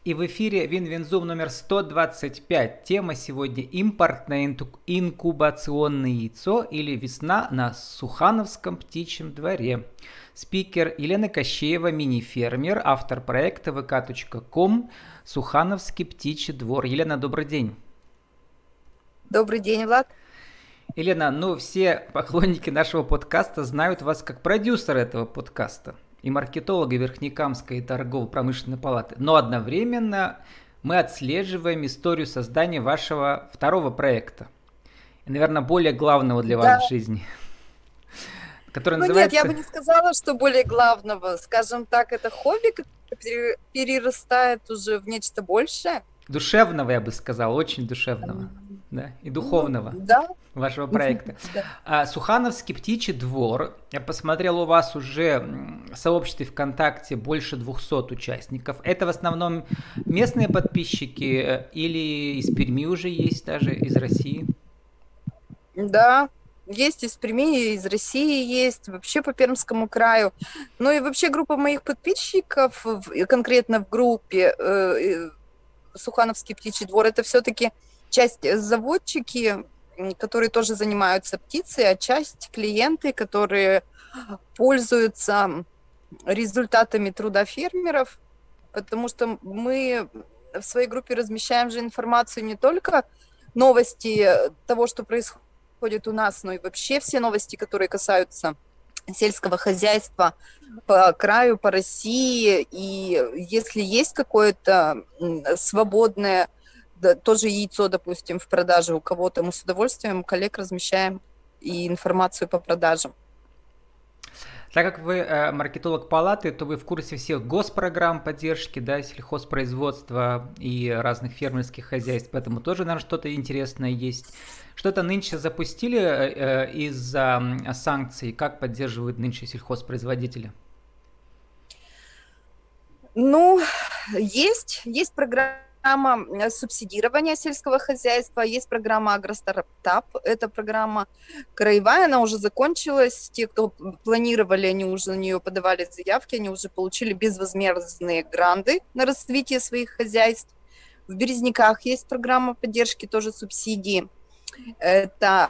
И в эфире Винвинзум номер 125. Тема сегодня импортное инкубационное яйцо или весна на Сухановском птичьем дворе. Спикер Елена Кощеева, мини-фермер, автор проекта vk.com Сухановский птичий двор. Елена, добрый день. Добрый день, Влад. Елена, все поклонники нашего подкаста знают вас как продюсера этого подкаста и маркетолога Верхнекамской торгово-промышленной палаты. Но одновременно мы отслеживаем историю создания вашего второго проекта. И, наверное, более главного для вас в жизни. Который называется... Нет, я бы не сказала, что более главного. Скажем так, это хобби, которое перерастает уже в нечто большее. Душевного, я бы сказал, очень душевного. Да, и духовного вашего проекта. Сухановский птичий двор. Я посмотрел, у вас уже в сообществе ВКонтакте больше 200 участников. Это в основном местные подписчики или из Перми уже есть, даже из России? Да, есть из Перми, из России есть, вообще по Пермскому краю. Ну и вообще группа моих подписчиков, конкретно в группе Сухановский птичий двор, это все-таки часть заводчики, которые тоже занимаются птицей, а часть клиенты, которые пользуются результатами труда фермеров, потому что мы в своей группе размещаем же информацию не только новости того, что происходит у нас, но и вообще все новости, которые касаются сельского хозяйства по краю, по России. И если есть какое-то свободное тоже яйцо, допустим, в продаже у кого-то, мы с удовольствием коллег размещаем и информацию по продажам. Так как вы маркетолог палаты, то вы в курсе всех госпрограмм поддержки, да, сельхозпроизводства и разных фермерских хозяйств, поэтому тоже, наверное, что-то интересное есть. Что-то нынче запустили из-за санкций, как поддерживают нынче сельхозпроизводители? Есть программа субсидирования сельского хозяйства, есть программа Агростартап, это программа краевая, она уже закончилась, те, кто планировали, они уже на нее подавали заявки, они уже получили безвозмездные гранты на развитие своих хозяйств. В Березняках есть программа поддержки, тоже субсидии, это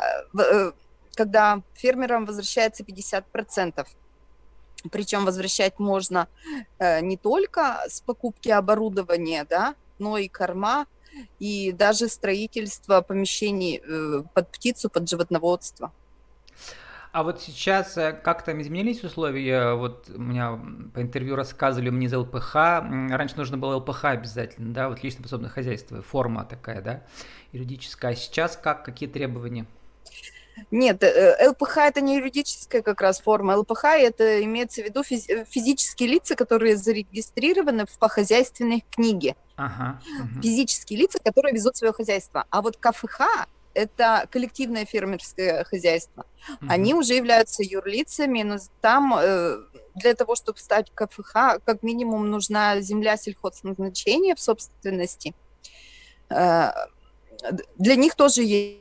когда фермерам возвращается 50%. Причем возвращать можно не только с покупки оборудования, да, но и корма, и даже строительство помещений под птицу, под животноводство. А вот сейчас как там изменились условия? Вот у меня по интервью рассказывали, мне за ЛПХ. Раньше нужно было ЛПХ обязательно, да, вот лично подсобное хозяйство, форма такая, да, юридическая. А сейчас какие требования? Нет, ЛПХ это не юридическая как раз форма. ЛПХ это имеется в виду физические лица, которые зарегистрированы по хозяйственной книге. Физические лица, которые везут свое хозяйство. А вот КФХ это коллективное фермерское хозяйство. Они уже являются юрлицами, но там для того, чтобы стать КФХ, как минимум нужна земля сельхозназначения в собственности. Для них тоже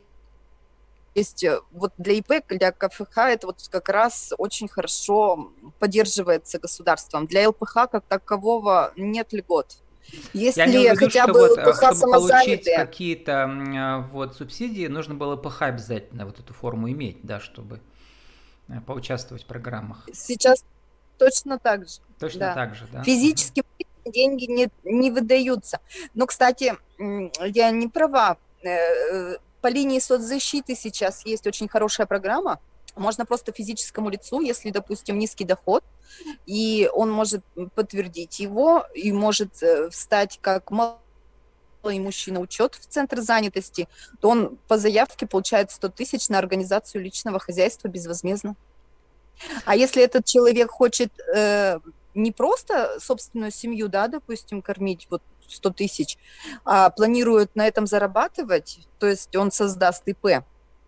есть вот для ИП, для КФХ это вот как раз очень хорошо поддерживается государством. Для ЛПХ как такового нет льгот. Если я не хотя что бы ЛПХ чтобы получить какие-то вот субсидии, нужно было ЛПХ обязательно вот эту форму иметь, да, чтобы поучаствовать в программах. Сейчас точно так же. Точно так же, да. Физически деньги не выдаются. Но, кстати, я не права. По линии соцзащиты сейчас есть очень хорошая программа. Можно просто физическому лицу, если, допустим, низкий доход, и он может подтвердить его, и может встать как малоимущий на учет в центр занятости, то он по заявке получает 100 тысяч на организацию личного хозяйства безвозмездно. А если этот человек хочет не просто собственную семью, да, допустим, кормить вот 100 тысяч, а планирует на этом зарабатывать, то есть он создаст ИП,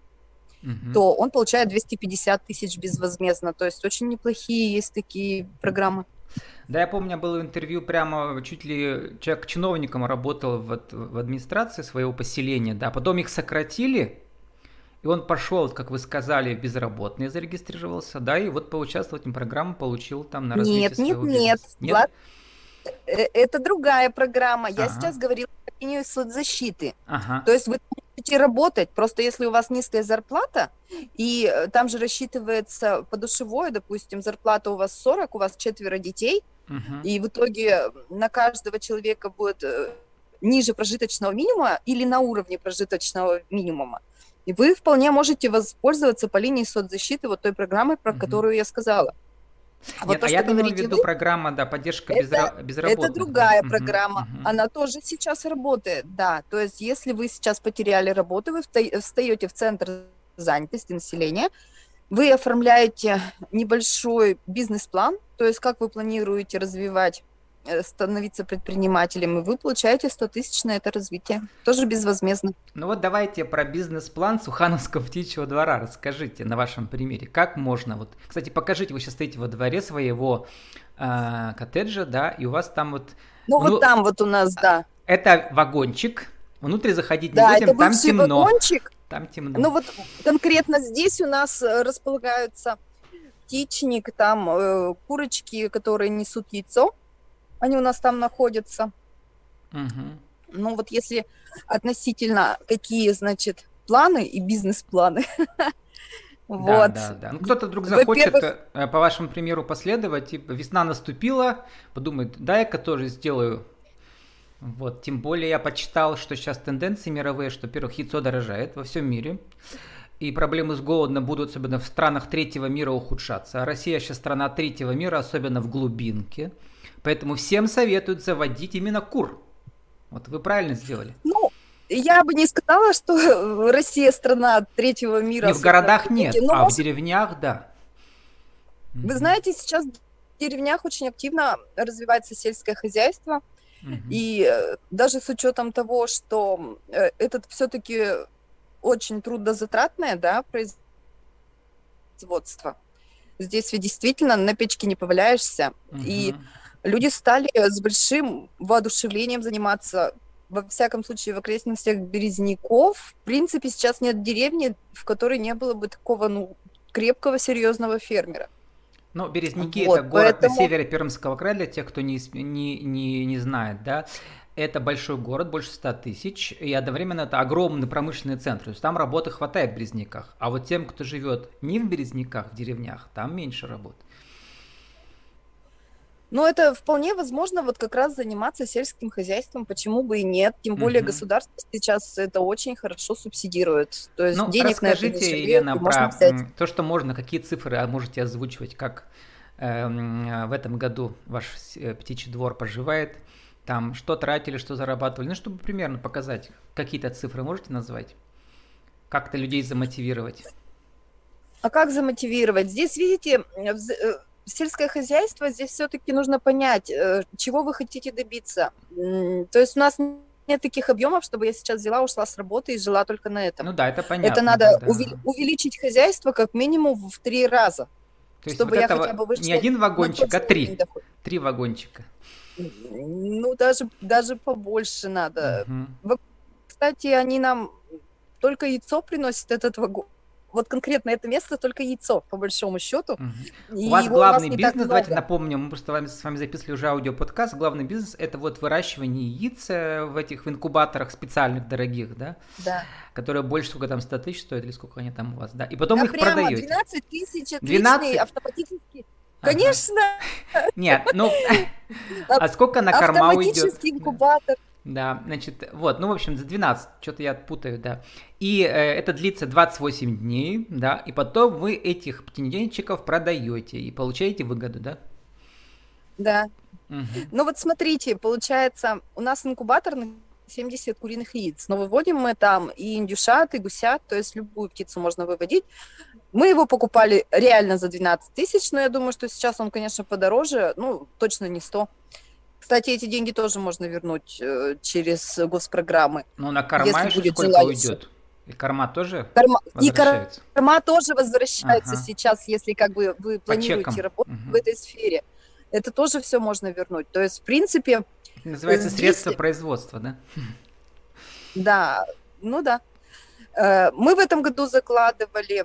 то он получает 250 тысяч безвозмездно. То есть очень неплохие есть такие программы. Да, я помню, было интервью прямо чуть ли человек чиновником работал в администрации своего поселения, да, потом их сократили, и он пошел, как вы сказали, в безработные зарегистрировался, да, и вот поучаствовал в этой программе, получил там на развитие своего бизнеса. Нет, Влад, Это другая программа. Я Ага, сейчас говорила про линию соцзащиты. ага, То есть вы можете работать, просто если у вас низкая зарплата, и там же рассчитывается подушевое, допустим, зарплата у вас 40, у вас 4 детей, мгм. и в итоге на каждого человека будет ниже прожиточного минимума или на уровне прожиточного минимума. И вы вполне можете воспользоваться по линии соцзащиты вот той программой, про Мгм. которую я сказала. А вот Нет, то, а что я-то имел в говорите вы, виду программа, да, поддержка это, это безработных, да. другая Мгм, программа. мгм, Она тоже сейчас работает, да. То есть если вы сейчас потеряли работу, вы встаете в центр занятости населения, вы оформляете небольшой бизнес-план, то есть как вы планируете развивать, становиться предпринимателем, и вы получаете 100 тысяч на это развитие. Тоже безвозмездно. Ну вот давайте про бизнес-план Сухановского птичьего двора расскажите на вашем примере. Как можно вот... Кстати, покажите, вы сейчас стоите во дворе своего коттеджа, да, и у вас там вот... Ну вот Ну, там вот у нас, да. это вагончик. Внутрь заходить не Да, это будем, там бывший темно. вагончик. Там темно. Ну вот конкретно здесь у нас располагаются птичник, там курочки, которые несут яйцо. Они у нас там находятся. Мгм. Ну вот если относительно какие, значит, планы и бизнес-планы. Да, Вот. да, да. Ну, кто-то вдруг захочет, Во-первых, по вашему примеру, последовать, типа, весна наступила, подумает, дай-ка тоже сделаю. Вот, тем более я почитал, что сейчас тенденции мировые, что, во-первых, яйцо дорожает во всем мире, и проблемы с голодом будут, особенно в странах третьего мира, ухудшаться. А Россия сейчас страна третьего мира, особенно в глубинке. Поэтому всем советуют заводить именно кур. Вот вы правильно сделали. ну, я бы не сказала, что Россия страна третьего мира, Не в особенно в городах глубинке, нет, но а в может, деревнях да. вы Мгм. знаете, сейчас в деревнях очень активно развивается сельское хозяйство, Мгм. и даже с учетом того, что это все-таки очень трудозатратное, да, производство. Здесь ведь действительно на печке не поваляешься, и Мгм. люди стали с большим воодушевлением заниматься. Во всяком случае, в окрестностях Березняков, в принципе, сейчас нет деревни, в которой не было бы такого, ну, крепкого, серьезного фермера. Ну, Березники это Вот, город на поэтому, севере Пермского края, для тех, кто не знает, да. Это большой город, больше 100 тысяч, и одновременно это огромный промышленный центр. То есть там работы хватает в Березниках. А вот тем, кто живет не в Березниках, в деревнях, там меньше работы. ну, это вполне возможно вот как раз заниматься сельским хозяйством, почему бы и нет. Тем более Мгм. государство сейчас это очень хорошо субсидирует. То есть Ну, денег на это не расскажите, жалеют, Елена, и можно про взять. то, что можно, какие цифры можете озвучивать, как в этом году ваш птичий двор поживает, там что тратили, что зарабатывали, ну, чтобы примерно показать, какие-то цифры можете назвать, как-то людей замотивировать. А как замотивировать? Здесь, видите, сельское хозяйство, здесь все-таки нужно понять, чего вы хотите добиться. То есть у нас нет таких объемов, чтобы я сейчас взяла, ушла с работы и жила только на этом. Ну да, это Это понятно, надо да. увеличить хозяйство как минимум в 3 раза, То есть вот чтобы я хотя этого бы не вышла один на тот вагончик, а же уровень три. дохода. 3 вагончика. Ну, даже побольше надо. Мгм. Кстати, они нам только яйцо приносят этот вагон. Вот конкретно это место только яйцо, по большому счету. Мгм. И У вас его у нас главный не так бизнес, давайте много. напомним, мы просто с вами записывали уже аудиоподкаст, главный бизнес это вот выращивание яиц в этих в инкубаторах специальных дорогих, да, Да. которые больше, сколько там, 100 тысяч стоят или сколько они там у вас, да, и потом Да их прямо продаете. 12 тысяч отличный 12? автоматический. Ага. Конечно, Нет, ну, ав- а сколько на корма уйдет? автоматический инкубатор. Да, значит, вот, ну, в общем, за 12, что-то я путаю, да. И это длится 28 дней, да, и потом вы этих птенчиков продаете и получаете выгоду, да? Да. Мгм. Ну вот смотрите, получается, у нас инкубатор на 70 куриных яиц, но выводим мы там и индюшат, и гусят, то есть любую птицу можно выводить. Мы его покупали реально за 12 тысяч, но я думаю, что сейчас он, конечно, подороже, ну, точно не 100. Кстати, эти деньги тоже можно вернуть через госпрограммы, Ну, на корма если еще будет сколько желающих. уйдет? И корма тоже И возвращаются? корма тоже возвращаются Ага, сейчас, если как бы вы по планируете чекам. работать в Мгм. этой сфере. Это тоже все можно вернуть. То есть, в принципе, Это называется здесь, средство производства, да? да, ну да. Мы в этом году закладывали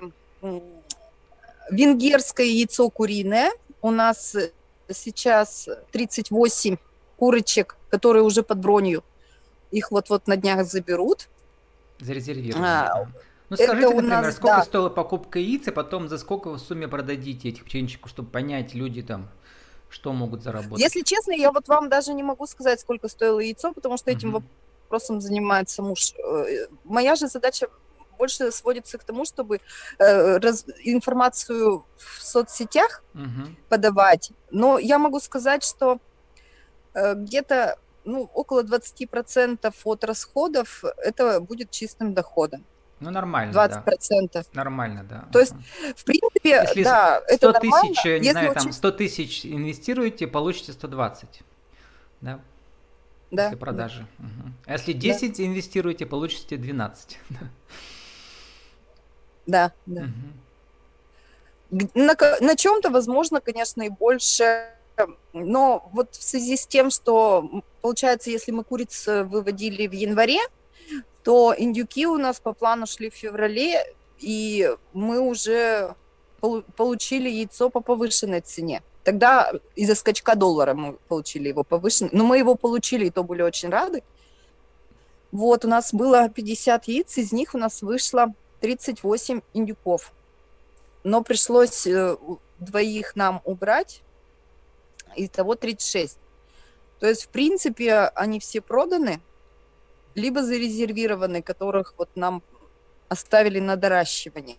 венгерское яйцо куриное. У нас сейчас 38 курочек, которые уже под бронью. Их вот-вот на днях заберут. Зарезервированы. Ну, Это скажите, у например, нас, сколько да. стоила покупка яиц, и потом за сколько вы в сумме продадите этих птенчиков, чтобы понять люди там, что могут заработать? Если честно, я вот вам даже не могу сказать, сколько стоило яйцо, потому что этим Мгм. вопросом занимается муж. Моя же задача больше сводится к тому, чтобы информацию в соцсетях Мгм. подавать. Но я могу сказать, что где-то около 20% от расходов это будет чистым доходом. Ну, нормально, да. 20%. Нормально, да. То есть, Ага. в принципе, Если да, 100 это нормально. тысяч, не Если знаю, там учесть... 100 тысяч инвестируете, получите 120, да, Да, после продажи. Мгм. А если да, 10 инвестируете, получите 12. да, да. Мгм. На чем-то, возможно, конечно, и больше. Но вот в связи с тем, что, получается, если мы куриц выводили в январе, то индюки у нас по плану шли в феврале, и мы уже получили яйцо по повышенной цене. Тогда из-за скачка доллара мы получили его повышенный. Но мы его получили, и то были очень рады. Вот, у нас было 50 яиц, из них у нас вышло 38 индюков. Но пришлось двоих нам убрать, итого 36. То есть, в принципе, они все проданы, либо зарезервированы, которых вот нам оставили на доращивание.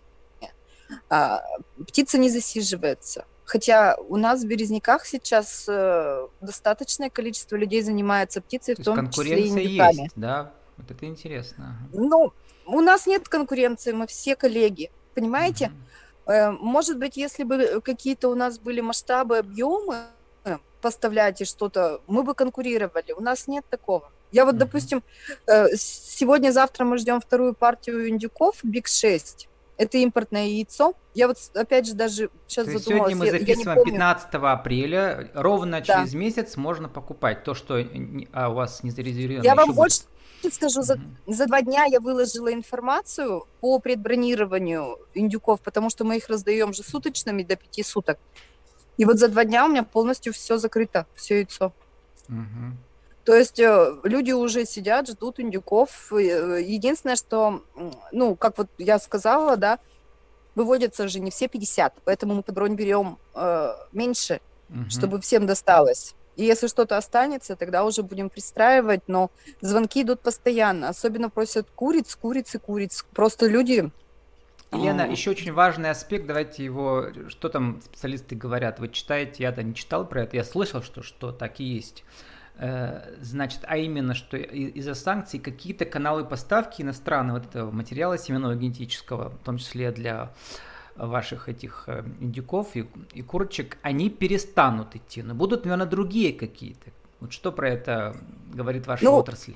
Птица не засиживается. Хотя у нас в Березняках сейчас достаточное количество людей занимается птицей, То в есть том числе и конкуренция индюками. есть, да? Вот это интересно. Ага. Ну, у нас нет конкуренции, мы все коллеги, понимаете? Мгм. Может быть, если бы какие-то у нас были масштабы, объемы поставлять и что-то, мы бы конкурировали. У нас нет такого. Я вот, Мгм. допустим, сегодня-завтра мы ждем вторую партию индюков, Big 6. Это импортное яйцо. Я вот, опять же, даже сейчас То есть задумалась, сегодня мы я не записываем помню. 15 апреля, ровно Да. через месяц можно покупать то, что у вас не зарезервировано, Я еще вам будет. больше скажу, Мгм. за 2 дня я выложила информацию по предбронированию индюков, потому что мы их раздаем же суточными до 5 суток. И вот за 2 дня у меня полностью все закрыто, все яйцо. Мгм. То есть люди уже сидят, ждут индюков. Единственное, что, как вот я сказала, да, выводятся же не все 50, поэтому мы под бронь берем меньше, Мгм. чтобы всем досталось. И если что-то останется, тогда уже будем пристраивать, но звонки идут постоянно. Особенно просят куриц, куриц и куриц. Просто люди... Елена, еще очень важный аспект, давайте его, что там специалисты говорят, вы читаете, я-то не читал про это, я слышал, что так и есть. Значит, а именно, что из-за санкций какие-то каналы поставки иностранного вот этого материала семенного генетического, в том числе для ваших этих индюков и курочек, они перестанут идти, но будут, наверное, другие какие-то. Вот что про это говорит ваша отрасль?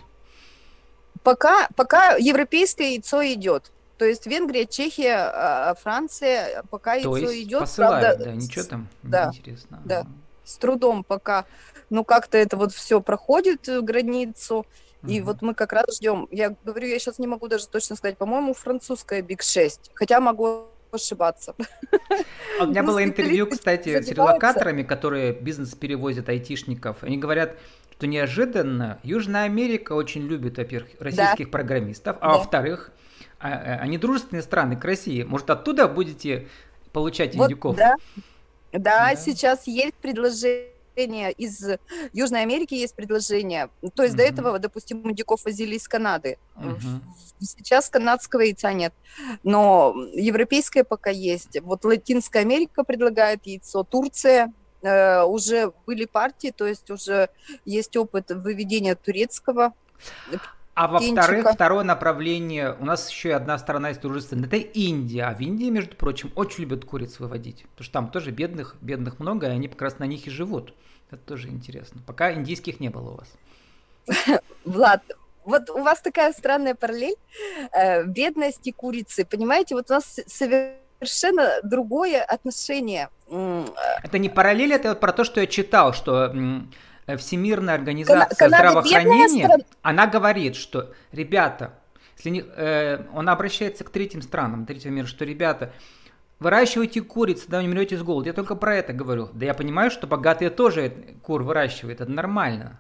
Пока европейское яйцо идет. То есть Венгрия, Чехия, Франция, пока То яйцо есть идет, посылают, правда, да, ничего там да, неинтересно. да, с трудом пока, как-то это вот все проходит границу, и вот мы как раз ждем. Я говорю, я сейчас не могу даже точно сказать, по-моему, французская Big 6, хотя могу ошибаться. У меня было интервью, кстати, с забиваются. релокаторами, которые бизнес перевозят айтишников. Они говорят, что неожиданно Южная Америка очень любит, во-первых, российских программистов, а во-вторых, они дружественные страны к России. Может, оттуда будете получать индюков? Да, сейчас есть предложение из Южной Америки, есть предложение. То есть до этого, допустим, индюков возили из Канады. Сейчас канадского яйца нет, но европейское пока есть. Вот Латинская Америка предлагает яйцо, Турция. Уже были партии, то есть уже есть опыт выведения турецкого. А во-вторых, второе направление, у нас еще и одна сторона есть дружественная, это Индия. А в Индии, между прочим, очень любят куриц выводить. Потому что там тоже бедных много, и они как раз на них и живут. Это тоже интересно. Пока индийских не было у вас. Влад, вот у вас такая странная параллель. Бедность и курицы. Понимаете, вот у нас совершенно другое отношение. Это не параллель, это про то, что я читал, что... Всемирная организация здравоохранения, она говорит, что, ребята, если он обращается к третьим странам, третьего мира, что, ребята, выращивайте куриц, да, не умрете с голода. Я только про это говорю. Да я понимаю, что богатые тоже кур выращивают, это нормально.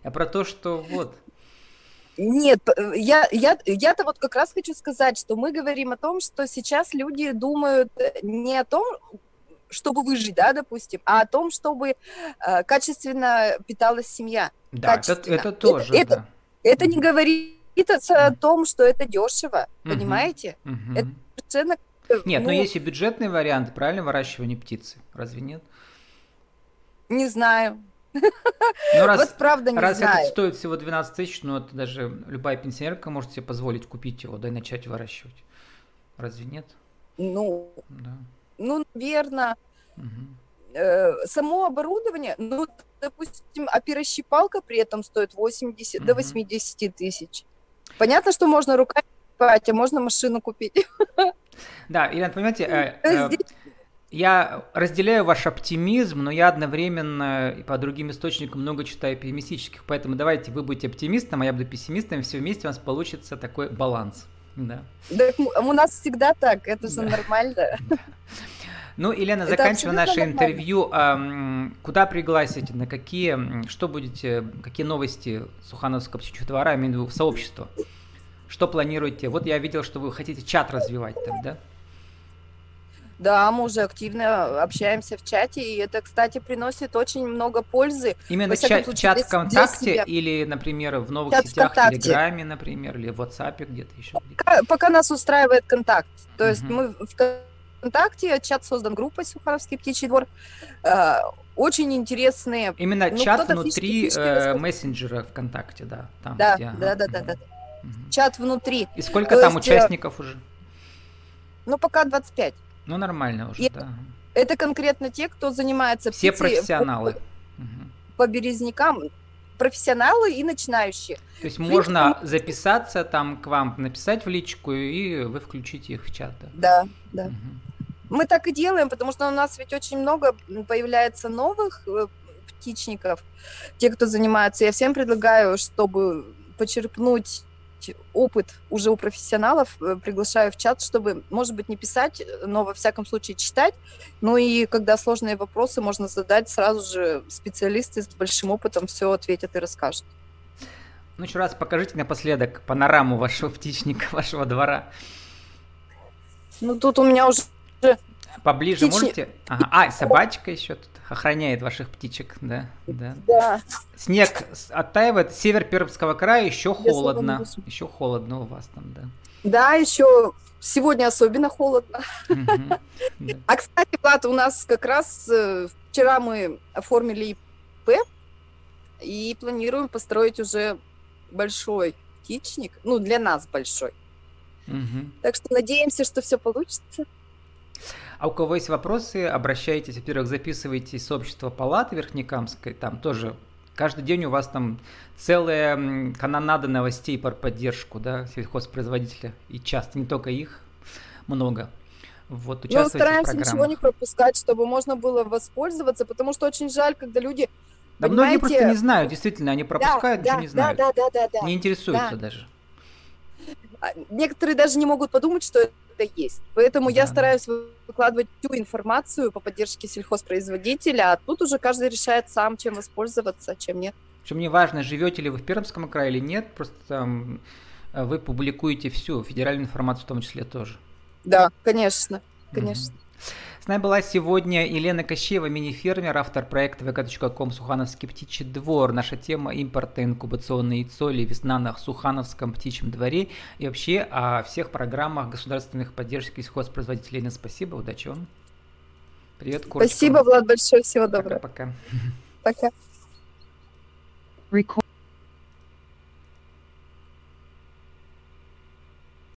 А про то, что вот... Нет, я-то вот как раз хочу сказать, что мы говорим о том, что сейчас люди думают не о том, чтобы выжить, да, допустим, а о том, чтобы качественно питалась семья. Да, это тоже, да. Это не говорит о том, что это дешево, понимаете? Мгм. Это совершенно... Нет, но есть и бюджетный вариант, правильно, выращивания птицы, разве нет? Не знаю. Ну, Вот правда не раз знаю. это стоит всего 12 тысяч, ну, это даже любая пенсионерка может себе позволить купить его, да, и начать выращивать. Разве нет? Ну, Да. наверное, Мгм. само оборудование, ну, допустим, оперощипалка при этом стоит 80 до 80 тысяч. Понятно, что можно руками покупать, а можно машину купить. Да, Елена, понимаете, Здесь- я разделяю ваш оптимизм, но я одновременно и по другим источникам много читаю пессимистических, поэтому давайте вы будете оптимистом, а я буду пессимистом, и все вместе у нас получится такой баланс. Да. Да, у нас всегда так, это же Да. нормально. Ну, Елена, Это заканчивая абсолютно наше нормально. интервью, куда пригласите, на какие, что будете, какие новости Сухановского птичьего двора, я имею в виду сообщества? Что планируете? Вот я видел, что вы хотите чат развивать там, да? Да, мы уже активно общаемся в чате, и это, кстати, приносит очень много пользы. Именно Во всяком чат, случае, чат для ВКонтакте себя. или, например, в новых Чат сетях, ВКонтакте. Телеграме, например, или в WhatsApp где-то еще? Пока нас устраивает контакт. То есть Мгм. мы в ВКонтакте, чат создан группой Сухановский птичий двор. Очень интересные. Именно Ну, чат кто-то внутри фишки рассказывает. мессенджера ВКонтакте, да. Там, Да, где, да. Мгм. Чат внутри. И сколько То там есть, участников уже? Ну, пока 25. Ну, нормально уже, И да. Это конкретно те, кто занимается Все птицей профессионалы. Мгм. по березнякам. Профессионалы и начинающие. То есть можно записаться там к вам, написать в личку, и вы включите их в чат, да? Да. Мгм. Мы так и делаем, потому что у нас ведь очень много появляется новых птичников, те, кто занимается. Я всем предлагаю, чтобы почерпнуть опыт уже у профессионалов, приглашаю в чат, чтобы, может быть, не писать, но во всяком случае читать. Ну и когда сложные вопросы можно задать, сразу же специалисты с большим опытом все ответят и расскажут. Ну, еще раз покажите напоследок панораму вашего птичника, вашего двора. Ну тут у меня уже... Поближе можете? Ага. Собачка еще тут охраняет ваших птичек, да. Да. Снег оттаивает. Север Пермского края еще холодно. Я сама Еще холодно у вас там, да. Да, еще сегодня особенно холодно. Мгм. Да. А, кстати, Влад, у нас как раз вчера мы оформили ИП и планируем построить уже большой птичник. Ну, для нас большой. Мгм. Так что надеемся, что все получится. А у кого есть вопросы, обращайтесь. Во-первых, записывайтесь в сообщество палаты Верхнекамской. Там тоже каждый день у вас там целая канонада новостей про поддержку, да, сельхозпроизводителя. И часто не только их, много. Вот, Мы участвуйте в стараемся ничего программах. не пропускать, чтобы можно было воспользоваться, потому что очень жаль, когда люди... Да многие понимаете, просто не знают, действительно, они пропускают, ничего не знают. Да. Не интересуются даже. Некоторые даже не могут подумать, что это есть. Поэтому Да. я стараюсь выкладывать всю информацию по поддержке сельхозпроизводителя, а тут уже каждый решает сам, чем воспользоваться, чем нет. Причем не важно, живете ли вы в Пермском крае или нет, просто там вы публикуете всю федеральную информацию в том числе тоже. Да, конечно. Мгм. С нами была сегодня Елена Кощеева, мини-фермер, автор проекта vk.com «Сухановский птичий двор». Наша тема – импортное инкубационное яйцо или весна на Сухановском птичьем дворе. И вообще о всех программах государственных поддержки сельхозпроизводителей. Елена, спасибо, удачи вам. Привет, курочкам. Спасибо, Влад, большое, всего доброго. Пока-пока. Пока.